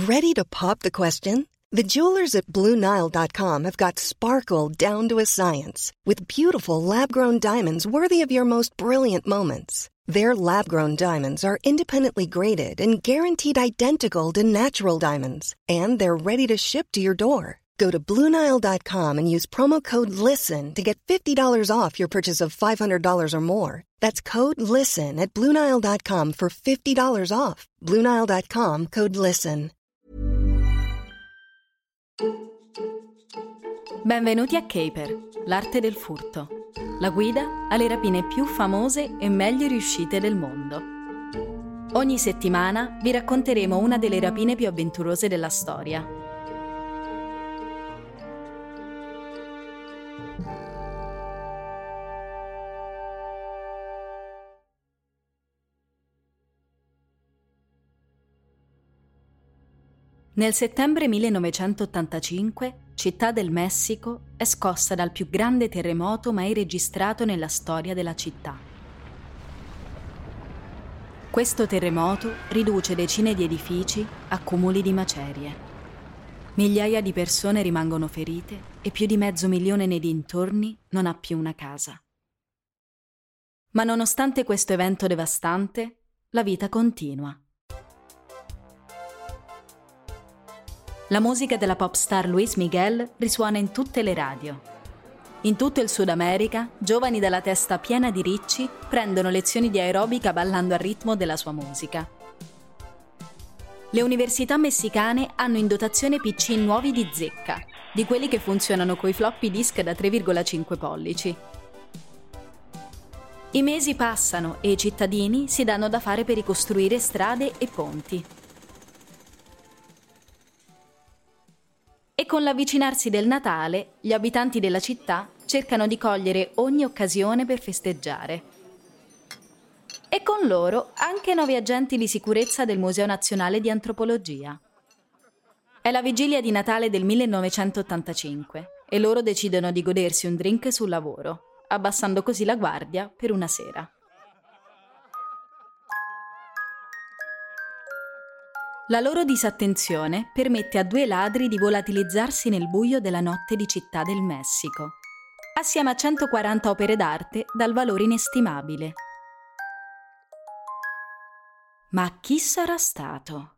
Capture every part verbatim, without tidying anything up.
Ready to pop the question? The jewelers at Blue Nile dot com have got sparkle down to a science with beautiful lab-grown diamonds worthy of your most brilliant moments. Their lab-grown diamonds are independently graded and guaranteed identical to natural diamonds, and they're ready to ship to your door. Go to Blue Nile dot com and use promo code LISTEN to get fifty dollars off your purchase of five hundred dollars or more. That's code LISTEN at Blue Nile dot com for fifty dollars off. Blue Nile dot com, code LISTEN. Benvenuti a Caper, l'arte del furto. La guida alle rapine più famose e meglio riuscite del mondo. Ogni settimana vi racconteremo una delle rapine più avventurose della storia. Nel settembre millenovecentottantacinque, Città del Messico è scossa dal più grande terremoto mai registrato nella storia della città. Questo terremoto riduce decine di edifici a cumuli di macerie. Migliaia di persone rimangono ferite e più di mezzo milione nei dintorni non ha più una casa. Ma nonostante questo evento devastante, la vita continua. La musica della pop star Luis Miguel risuona in tutte le radio. In tutto il Sud America, giovani dalla testa piena di ricci prendono lezioni di aerobica ballando al ritmo della sua musica. Le università messicane hanno in dotazione P C nuovi di zecca, di quelli che funzionano coi floppy disk da tre virgola cinque pollici. I mesi passano e i cittadini si danno da fare per ricostruire strade e ponti. E con l'avvicinarsi del Natale, gli abitanti della città cercano di cogliere ogni occasione per festeggiare. E con loro anche nuovi agenti di sicurezza del Museo Nazionale di Antropologia. È la vigilia di Natale del millenovecentottantacinque e loro decidono di godersi un drink sul lavoro, abbassando così la guardia per una sera. La loro disattenzione permette a due ladri di volatilizzarsi nel buio della notte di Città del Messico, assieme a centoquaranta opere d'arte dal valore inestimabile. Ma chi sarà stato?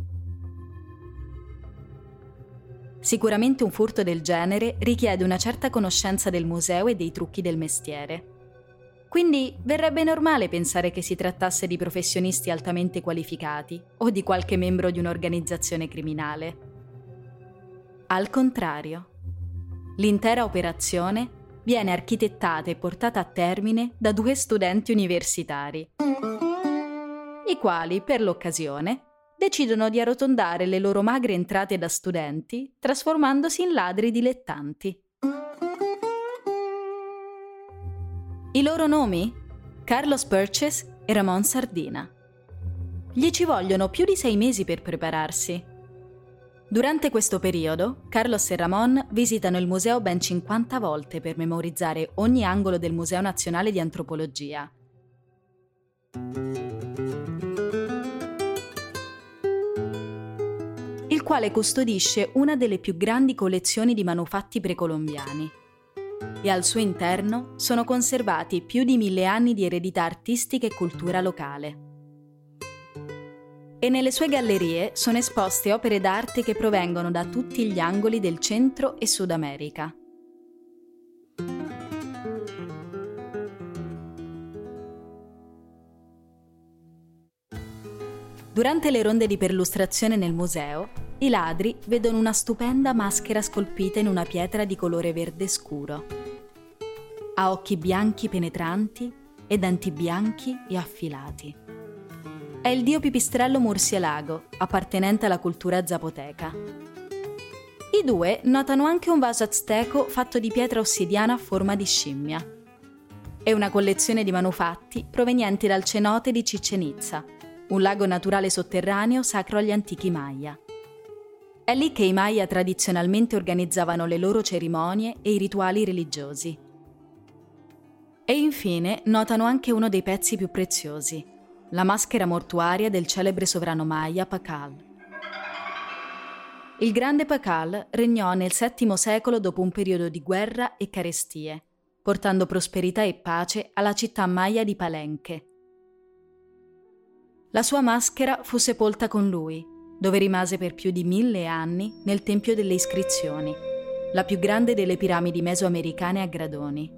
Sicuramente un furto del genere richiede una certa conoscenza del museo e dei trucchi del mestiere. Quindi verrebbe normale pensare che si trattasse di professionisti altamente qualificati o di qualche membro di un'organizzazione criminale. Al contrario, l'intera operazione viene architettata e portata a termine da due studenti universitari, i quali, per l'occasione, decidono di arrotondare le loro magre entrate da studenti, trasformandosi in ladri dilettanti. I loro nomi? Carlos Purchas e Ramon Sardina. Gli ci vogliono più di sei mesi per prepararsi. Durante questo periodo, Carlos e Ramon visitano il museo ben cinquanta volte per memorizzare ogni angolo del Museo Nazionale di Antropologia. Il quale custodisce una delle più grandi collezioni di manufatti precolombiani. E al suo interno sono conservati più di mille anni di eredità artistica e cultura locale. E nelle sue gallerie sono esposte opere d'arte che provengono da tutti gli angoli del Centro e Sud America. Durante le ronde di perlustrazione nel museo, i ladri vedono una stupenda maschera scolpita in una pietra di colore verde scuro. Ha occhi bianchi penetranti e denti bianchi e affilati. È il dio pipistrello Murcielago, appartenente alla cultura zapoteca. I due notano anche un vaso azteco fatto di pietra ossidiana a forma di scimmia. E una collezione di manufatti provenienti dal cenote di Chichén Itzá, un lago naturale sotterraneo sacro agli antichi Maya. È lì che i Maya tradizionalmente organizzavano le loro cerimonie e i rituali religiosi. E infine notano anche uno dei pezzi più preziosi, la maschera mortuaria del celebre sovrano Maya Pakal. Il grande Pakal regnò nel settimo secolo dopo un periodo di guerra e carestie, portando prosperità e pace alla città maya di Palenque. La sua maschera fu sepolta con lui, dove rimase per più di mille anni nel Tempio delle Iscrizioni, la più grande delle piramidi mesoamericane a gradoni.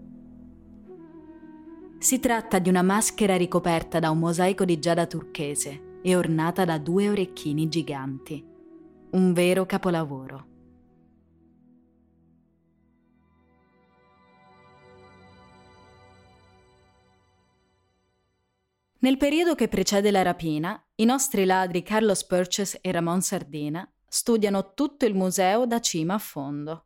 Si tratta di una maschera ricoperta da un mosaico di giada turchese e ornata da due orecchini giganti. Un vero capolavoro. Nel periodo che precede la rapina, i nostri ladri Carlos Purchas e Ramon Sardina studiano tutto il museo da cima a fondo.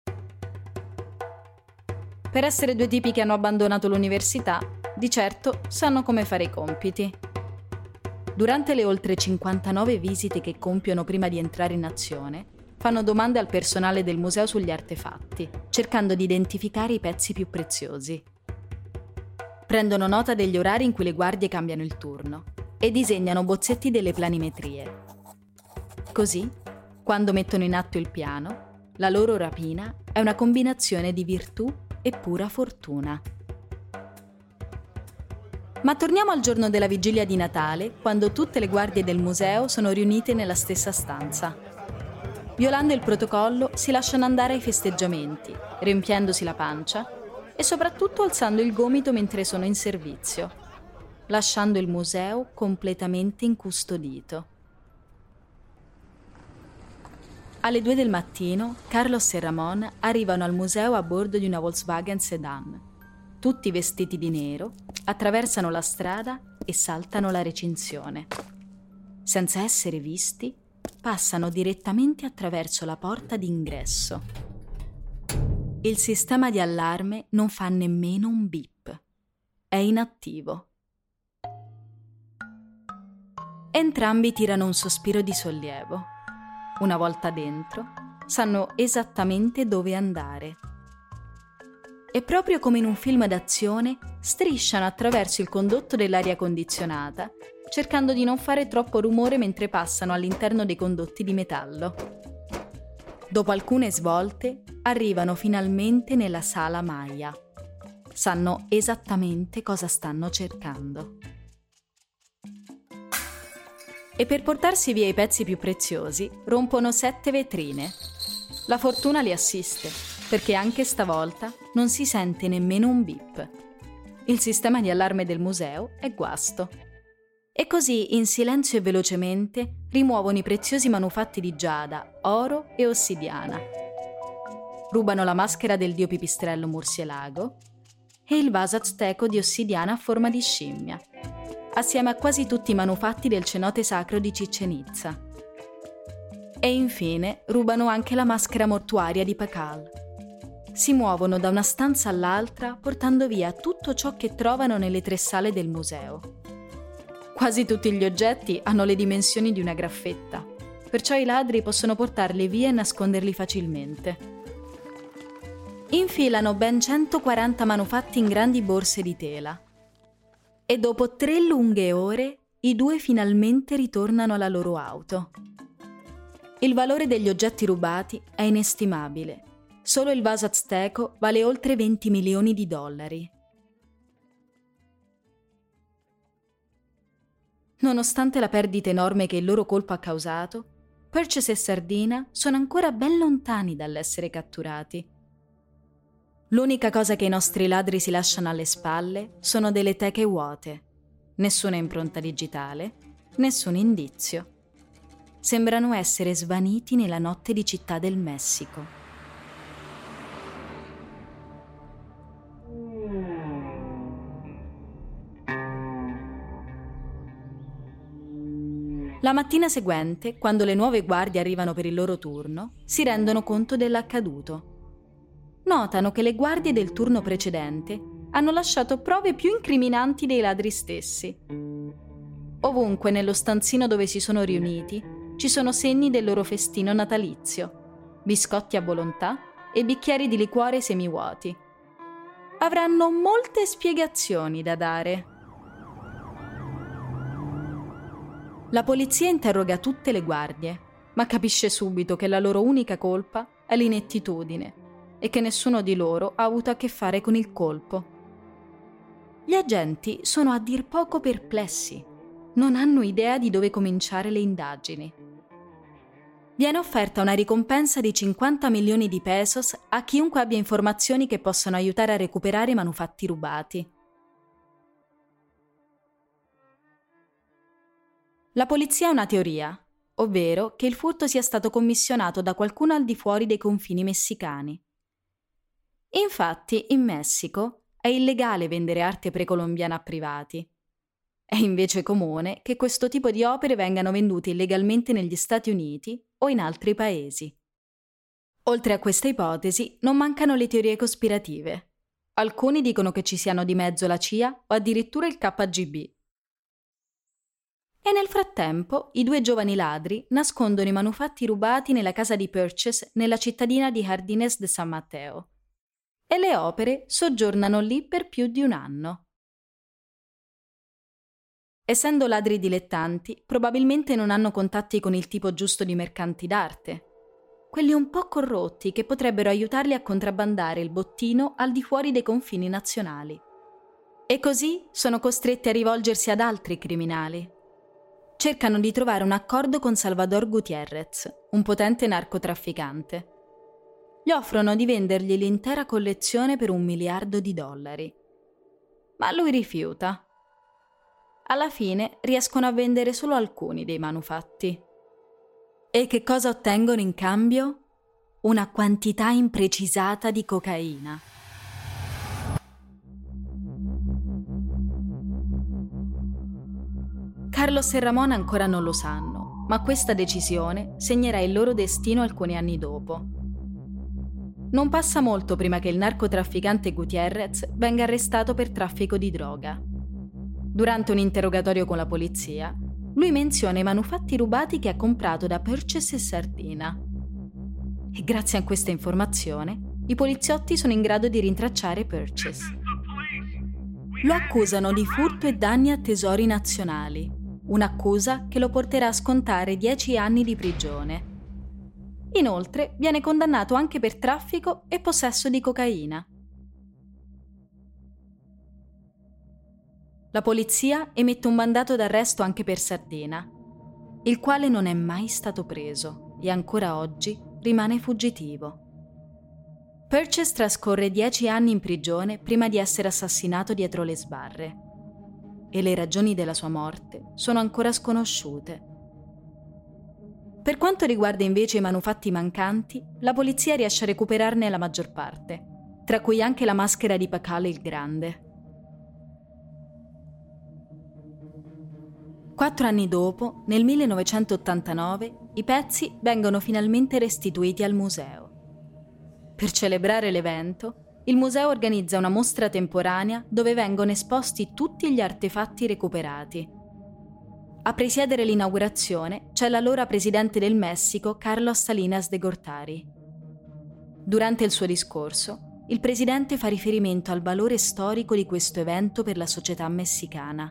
Per essere due tipi che hanno abbandonato l'università, di certo sanno come fare i compiti. Durante le oltre cinquantanove visite che compiono prima di entrare in azione, fanno domande al personale del museo sugli artefatti, cercando di identificare i pezzi più preziosi. Prendono nota degli orari in cui le guardie cambiano il turno e disegnano bozzetti delle planimetrie. Così, quando mettono in atto il piano, la loro rapina è una combinazione di virtù e pura fortuna. Ma torniamo al giorno della vigilia di Natale, quando tutte le guardie del museo sono riunite nella stessa stanza. Violando il protocollo, si lasciano andare ai festeggiamenti, riempiendosi la pancia e soprattutto alzando il gomito mentre sono in servizio, lasciando il museo completamente incustodito. Alle due del mattino, Carlos e Ramon arrivano al museo a bordo di una Volkswagen Sedan. Tutti vestiti di nero, attraversano la strada e saltano la recinzione. Senza essere visti, passano direttamente attraverso la porta d'ingresso. Il sistema di allarme non fa nemmeno un beep. È inattivo. Entrambi tirano un sospiro di sollievo. Una volta dentro, sanno esattamente dove andare. E proprio come in un film d'azione, strisciano attraverso il condotto dell'aria condizionata, cercando di non fare troppo rumore mentre passano all'interno dei condotti di metallo. Dopo alcune svolte, arrivano finalmente nella sala Maya. Sanno esattamente cosa stanno cercando. E per portarsi via i pezzi più preziosi, rompono sette vetrine. La fortuna li assiste, perché anche stavolta non si sente nemmeno un beep. Il sistema di allarme del museo è guasto. E così, in silenzio e velocemente, rimuovono i preziosi manufatti di giada, oro e ossidiana. Rubano la maschera del dio pipistrello Murcielago e il vaso azteco di ossidiana a forma di scimmia, assieme a quasi tutti i manufatti del cenote sacro di Chichén Itzá. E infine rubano anche la maschera mortuaria di Pakal. Si muovono da una stanza all'altra portando via tutto ciò che trovano nelle tre sale del museo. Quasi tutti gli oggetti hanno le dimensioni di una graffetta, perciò i ladri possono portarli via e nasconderli facilmente. Infilano ben centoquaranta manufatti in grandi borse di tela. E dopo tre lunghe ore, i due finalmente ritornano alla loro auto. Il valore degli oggetti rubati è inestimabile. Solo il vaso azteco vale oltre venti milioni di dollari. Nonostante la perdita enorme che il loro colpo ha causato, Purchas e Sardina sono ancora ben lontani dall'essere catturati. L'unica cosa che i nostri ladri si lasciano alle spalle sono delle teche vuote. Nessuna impronta digitale, nessun indizio. Sembrano essere svaniti nella notte di Città del Messico. La mattina seguente, quando le nuove guardie arrivano per il loro turno, si rendono conto dell'accaduto. Notano che le guardie del turno precedente hanno lasciato prove più incriminanti dei ladri stessi. Ovunque nello stanzino dove si sono riuniti ci sono segni del loro festino natalizio, biscotti a volontà e bicchieri di liquore semivuoti. Avranno molte spiegazioni da dare. La polizia interroga tutte le guardie, ma capisce subito che la loro unica colpa è l'inettitudine e che nessuno di loro ha avuto a che fare con il colpo. Gli agenti sono a dir poco perplessi, non hanno idea di dove cominciare le indagini. Viene offerta una ricompensa di cinquanta milioni di pesos a chiunque abbia informazioni che possano aiutare a recuperare i manufatti rubati. La polizia ha una teoria, ovvero che il furto sia stato commissionato da qualcuno al di fuori dei confini messicani. Infatti, in Messico è illegale vendere arte precolombiana a privati. È invece comune che questo tipo di opere vengano vendute illegalmente negli Stati Uniti o in altri paesi. Oltre a questa ipotesi, non mancano le teorie cospirative. Alcuni dicono che ci siano di mezzo la C I A o addirittura il K G B. E nel frattempo, i due giovani ladri nascondono i manufatti rubati nella casa di Purchase nella cittadina di Jardines de San Mateo. E le opere soggiornano lì per più di un anno. Essendo ladri dilettanti, probabilmente non hanno contatti con il tipo giusto di mercanti d'arte, quelli un po' corrotti che potrebbero aiutarli a contrabbandare il bottino al di fuori dei confini nazionali. E così sono costretti a rivolgersi ad altri criminali. Cercano di trovare un accordo con Salvador Gutiérrez, un potente narcotrafficante. Gli offrono di vendergli l'intera collezione per un miliardo di dollari. Ma lui rifiuta. Alla fine riescono a vendere solo alcuni dei manufatti. E che cosa ottengono in cambio? Una quantità imprecisata di cocaina. Carlos e Ramón ancora non lo sanno, ma questa decisione segnerà il loro destino alcuni anni dopo. Non passa molto prima che il narcotrafficante Gutiérrez venga arrestato per traffico di droga. Durante un interrogatorio con la polizia, lui menziona i manufatti rubati che ha comprato da Purchase e Sardina. E grazie a questa informazione, i poliziotti sono in grado di rintracciare Purchase. Lo accusano di furto e danni a tesori nazionali, un'accusa che lo porterà a scontare dieci anni di prigione. Inoltre, viene condannato anche per traffico e possesso di cocaina. La polizia emette un mandato d'arresto anche per Sardina, il quale non è mai stato preso e ancora oggi rimane fuggitivo. Purchase trascorre dieci anni in prigione prima di essere assassinato dietro le sbarre e le ragioni della sua morte sono ancora sconosciute. Per quanto riguarda invece i manufatti mancanti, la polizia riesce a recuperarne la maggior parte, tra cui anche la maschera di Pacal il Grande. Quattro anni dopo, nel millenovecentottantanove, i pezzi vengono finalmente restituiti al museo. Per celebrare l'evento, il museo organizza una mostra temporanea dove vengono esposti tutti gli artefatti recuperati. A presiedere l'inaugurazione c'è l'allora presidente del Messico, Carlos Salinas de Gortari. Durante il suo discorso, il presidente fa riferimento al valore storico di questo evento per la società messicana.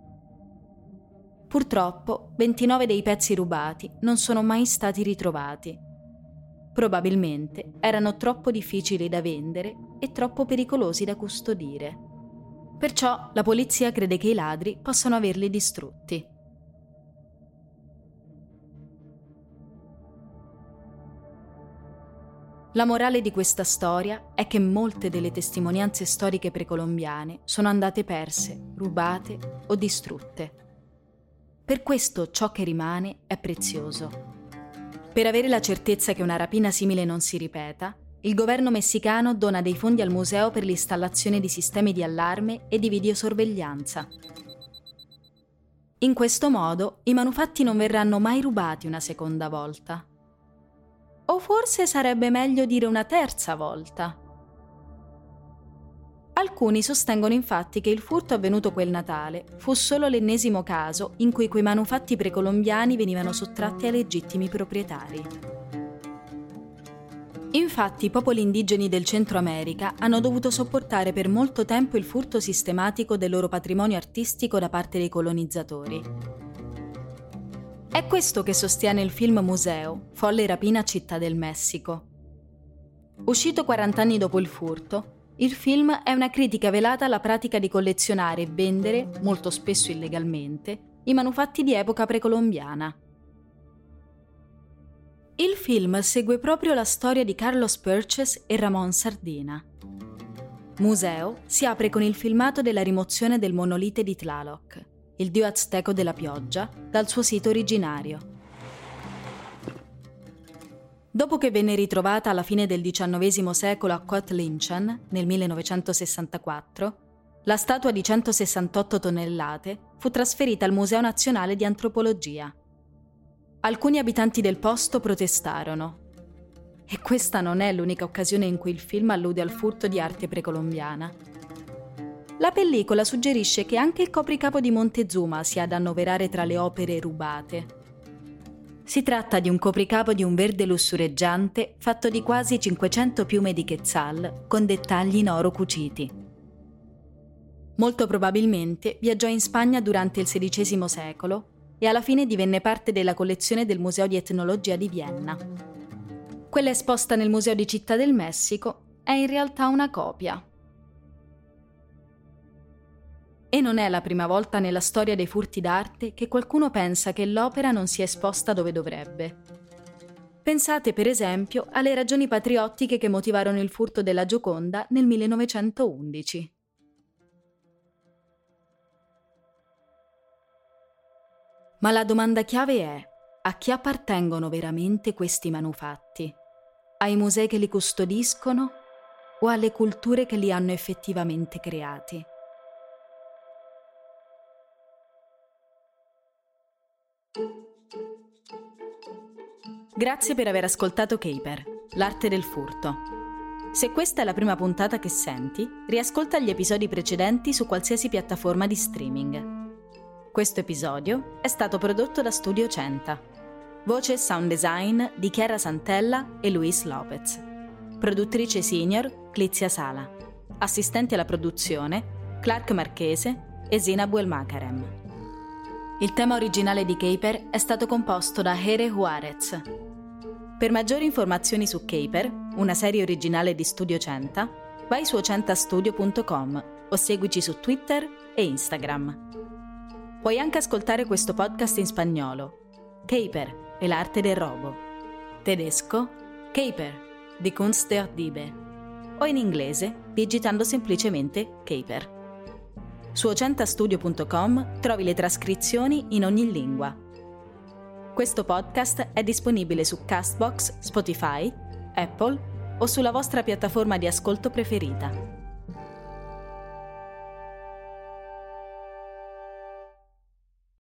Purtroppo, ventinove dei pezzi rubati non sono mai stati ritrovati. Probabilmente erano troppo difficili da vendere e troppo pericolosi da custodire. Perciò la polizia crede che i ladri possano averli distrutti. La morale di questa storia è che molte delle testimonianze storiche precolombiane sono andate perse, rubate o distrutte. Per questo ciò che rimane è prezioso. Per avere la certezza che una rapina simile non si ripeta, il governo messicano dona dei fondi al museo per l'installazione di sistemi di allarme e di videosorveglianza. In questo modo i manufatti non verranno mai rubati una seconda volta. O forse sarebbe meglio dire una terza volta. Alcuni sostengono infatti che il furto avvenuto quel Natale fu solo l'ennesimo caso in cui quei manufatti precolombiani venivano sottratti ai legittimi proprietari. Infatti, i popoli indigeni del Centro America hanno dovuto sopportare per molto tempo il furto sistematico del loro patrimonio artistico da parte dei colonizzatori. È questo che sostiene il film Museo, folle rapina a Città del Messico. Uscito quaranta anni dopo il furto, il film è una critica velata alla pratica di collezionare e vendere, molto spesso illegalmente, i manufatti di epoca precolombiana. Il film segue proprio la storia di Carlos Purchas e Ramón Sardina. Museo si apre con il filmato della rimozione del monolite di Tlaloc, il dio azteco della pioggia, dal suo sito originario. Dopo che venne ritrovata alla fine del diciannovesimo secolo a Coatlinchan, nel millenovecentosessantaquattro, la statua di centosessantotto tonnellate fu trasferita al Museo Nazionale di Antropologia. Alcuni abitanti del posto protestarono. E questa non è l'unica occasione in cui il film allude al furto di arte precolombiana. La pellicola suggerisce che anche il copricapo di Montezuma sia da annoverare tra le opere rubate. Si tratta di un copricapo di un verde lussureggiante fatto di quasi cinquecento piume di quetzal con dettagli in oro cuciti. Molto probabilmente viaggiò in Spagna durante il sedicesimo secolo e alla fine divenne parte della collezione del Museo di Etnologia di Vienna. Quella esposta nel Museo di Città del Messico è in realtà una copia. E non è la prima volta nella storia dei furti d'arte che qualcuno pensa che l'opera non sia esposta dove dovrebbe. Pensate per esempio alle ragioni patriottiche che motivarono il furto della Gioconda nel millenovecentoundici. Ma la domanda chiave è: a chi appartengono veramente questi manufatti? Ai musei che li custodiscono o alle culture che li hanno effettivamente creati? Grazie per aver ascoltato Caper, l'arte del furto. Se questa è la prima puntata che senti, riascolta gli episodi precedenti su qualsiasi piattaforma di streaming. Questo episodio è stato prodotto da Studio Centa. Voce e sound design di Chiara Santella e Luis Lopez. Produttrice senior Clizia Sala. Assistenti alla produzione Clark Marchese e Zina Buelmakarem. Il tema originale di Caper è stato composto da Jere Juarez. Per maggiori informazioni su Caper, una serie originale di Studio Centa, vai su centastudio punto com o seguici su Twitter e Instagram. Puoi anche ascoltare questo podcast in spagnolo, Caper e l'arte del robo, tedesco, Caper, die Kunst der Diebe, o in inglese digitando semplicemente Caper. Su centastudio punto com trovi le trascrizioni in ogni lingua. Questo podcast è disponibile su Castbox, Spotify, Apple o sulla vostra piattaforma di ascolto preferita.